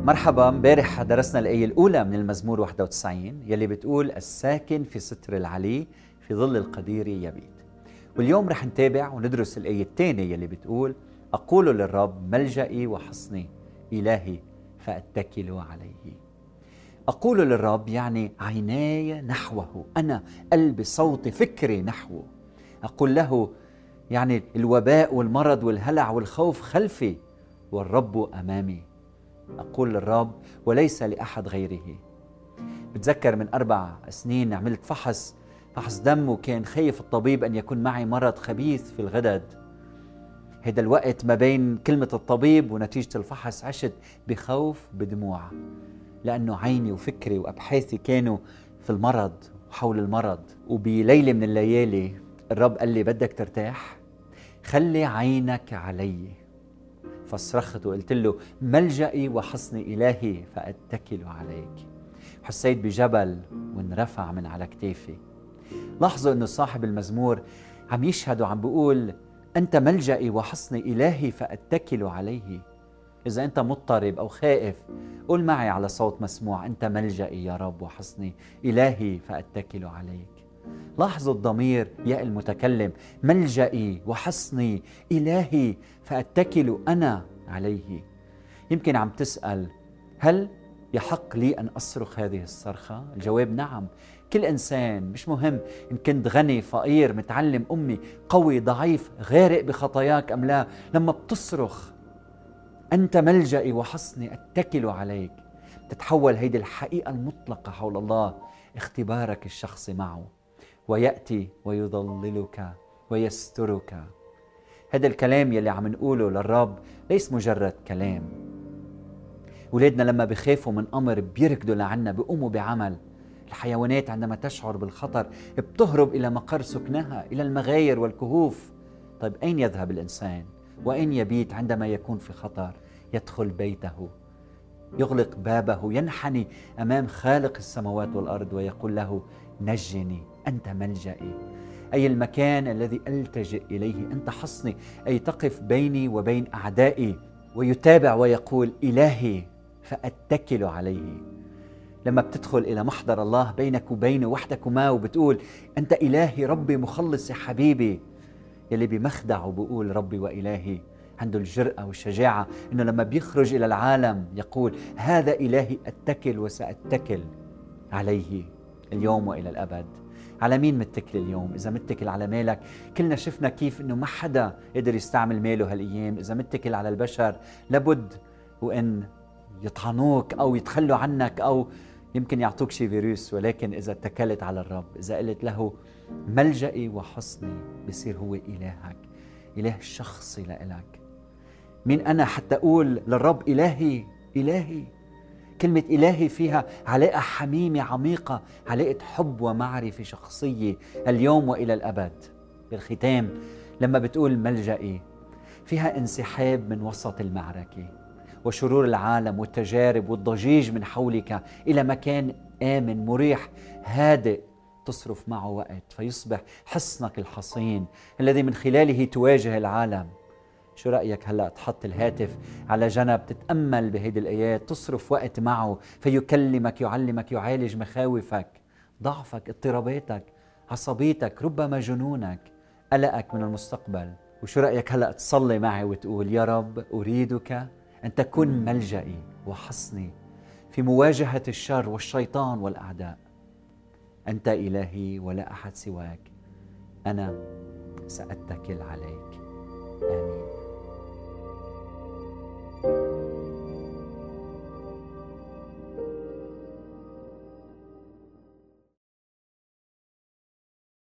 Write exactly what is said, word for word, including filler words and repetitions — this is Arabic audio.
مرحبا. امبارح درسنا الآية الأولى من المزمور واحد وتسعين يلي بتقول الساكن في ستر العلي في ظل القدير يبيت. واليوم رح نتابع وندرس الآية الثانية يلي بتقول أقول للرب ملجئي وحصني إلهي فأتكل عليه. أقول للرب يعني عيناي نحوه، أنا قلبي صوتي فكري نحوه. أقول له يعني الوباء والمرض والهلع والخوف خلفي والرب أمامي. أقول للرب وليس لأحد غيره. بتذكر من أربع سنين عملت فحص فحص دم، وكان خايف الطبيب أن يكون معي مرض خبيث في الغدد. هذا الوقت ما بين كلمة الطبيب ونتيجة الفحص عشت بخوف بدموع، لأنه عيني وفكري وأبحاثي كانوا في المرض وحول المرض. وبليلة من الليالي الرب قال لي بدك ترتاح؟ خلي عينك علي. فصرخت وقلت له ملجئي وحصني إلهي فأتكل عليك. حسيت بجبل وانرفع من على كتافي. لاحظوا أنه صاحب المزمور عم يشهد وعم بيقول أنت ملجئي وحصني إلهي فأتكل عليه. إذا أنت مضطرب أو خائف قول معي على صوت مسموع أنت ملجئي يا رب وحصني إلهي فأتكل عليك. لاحظوا الضمير يا المتكلم، ملجئي وحصني إلهي فأتكل أنا عليه. يمكن عم تسأل هل يحق لي أن أصرخ هذه الصرخة؟ الجواب نعم. كل إنسان، مش مهم إن كنت غني فقير متعلم أمي قوي ضعيف غارق بخطاياك أم لا، لما بتصرخ أنت ملجئي وحصني أتكل عليك تتحول هيدي الحقيقة المطلقة حول الله اختبارك الشخصي معه، ويأتي ويضللك ويسترك. هذا الكلام يلي عم نقوله للرب ليس مجرد كلام. ولادنا لما بخافوا من أمر بيركضوا لعنا، بيقوموا بعمل. الحيوانات عندما تشعر بالخطر بتهرب إلى مقر سكنها، إلى المغاير والكهوف. طيب أين يذهب الإنسان؟ وأين يبيت عندما يكون في خطر؟ يدخل بيته، يغلق بابه، ينحني أمام خالق السماوات والأرض ويقول له نجني، أنت ملجئي، أي المكان الذي ألتجئ إليه، أنت حصني، أي تقف بيني وبين أعدائي. ويتابع ويقول إلهي فأتكل عليه. لما بتدخل إلى محضر الله بينك وبينه وحدكما وبتقول أنت إلهي ربي مخلصي حبيبي، يلي بمخدعه بيقول ربي وإلهي عنده الجرأة والشجاعة إنه لما بيخرج إلى العالم يقول هذا إلهي أتكل وسأتكل عليه اليوم وإلى الأبد. على مين متكل اليوم؟ إذا متكل على مالك، كلنا شفنا كيف إنه ما حدا قدر يستعمل ماله هالأيام. إذا متكل على البشر لابد وإن يطعنوك أو يتخلوا عنك أو يمكن يعطوك شي فيروس. ولكن إذا اتكلت على الرب، إذا قلت له ملجئي وحصني، بصير هو إلهك، إله شخصي لإلك. مين أنا حتى أقول للرب إلهي؟ إلهي، كلمة إلهي فيها علاقة حميمة عميقة، علاقة حب ومعرفة شخصية اليوم وإلى الأبد. بالختام لما بتقول ملجئي فيها انسحاب من وسط المعركة وشرور العالم والتجارب والضجيج من حولك إلى مكان آمن مريح هادئ تصرف معه وقت، فيصبح حصنك الحصين الذي من خلاله تواجه العالم. شو رأيك هلأ تحط الهاتف على جنب، تتأمل بهيدي الآيات، تصرف وقت معه فيكلمك، يعلمك، يعالج مخاوفك، ضعفك، اضطراباتك، عصبيتك، ربما جنونك، قلقك من المستقبل. وشو رأيك هلأ تصلي معي وتقول يا رب أريدك أن تكون ملجئي وحصني في مواجهة الشر والشيطان والأعداء. أنت إلهي ولا أحد سواك، أنا سأتكل عليك. آمين.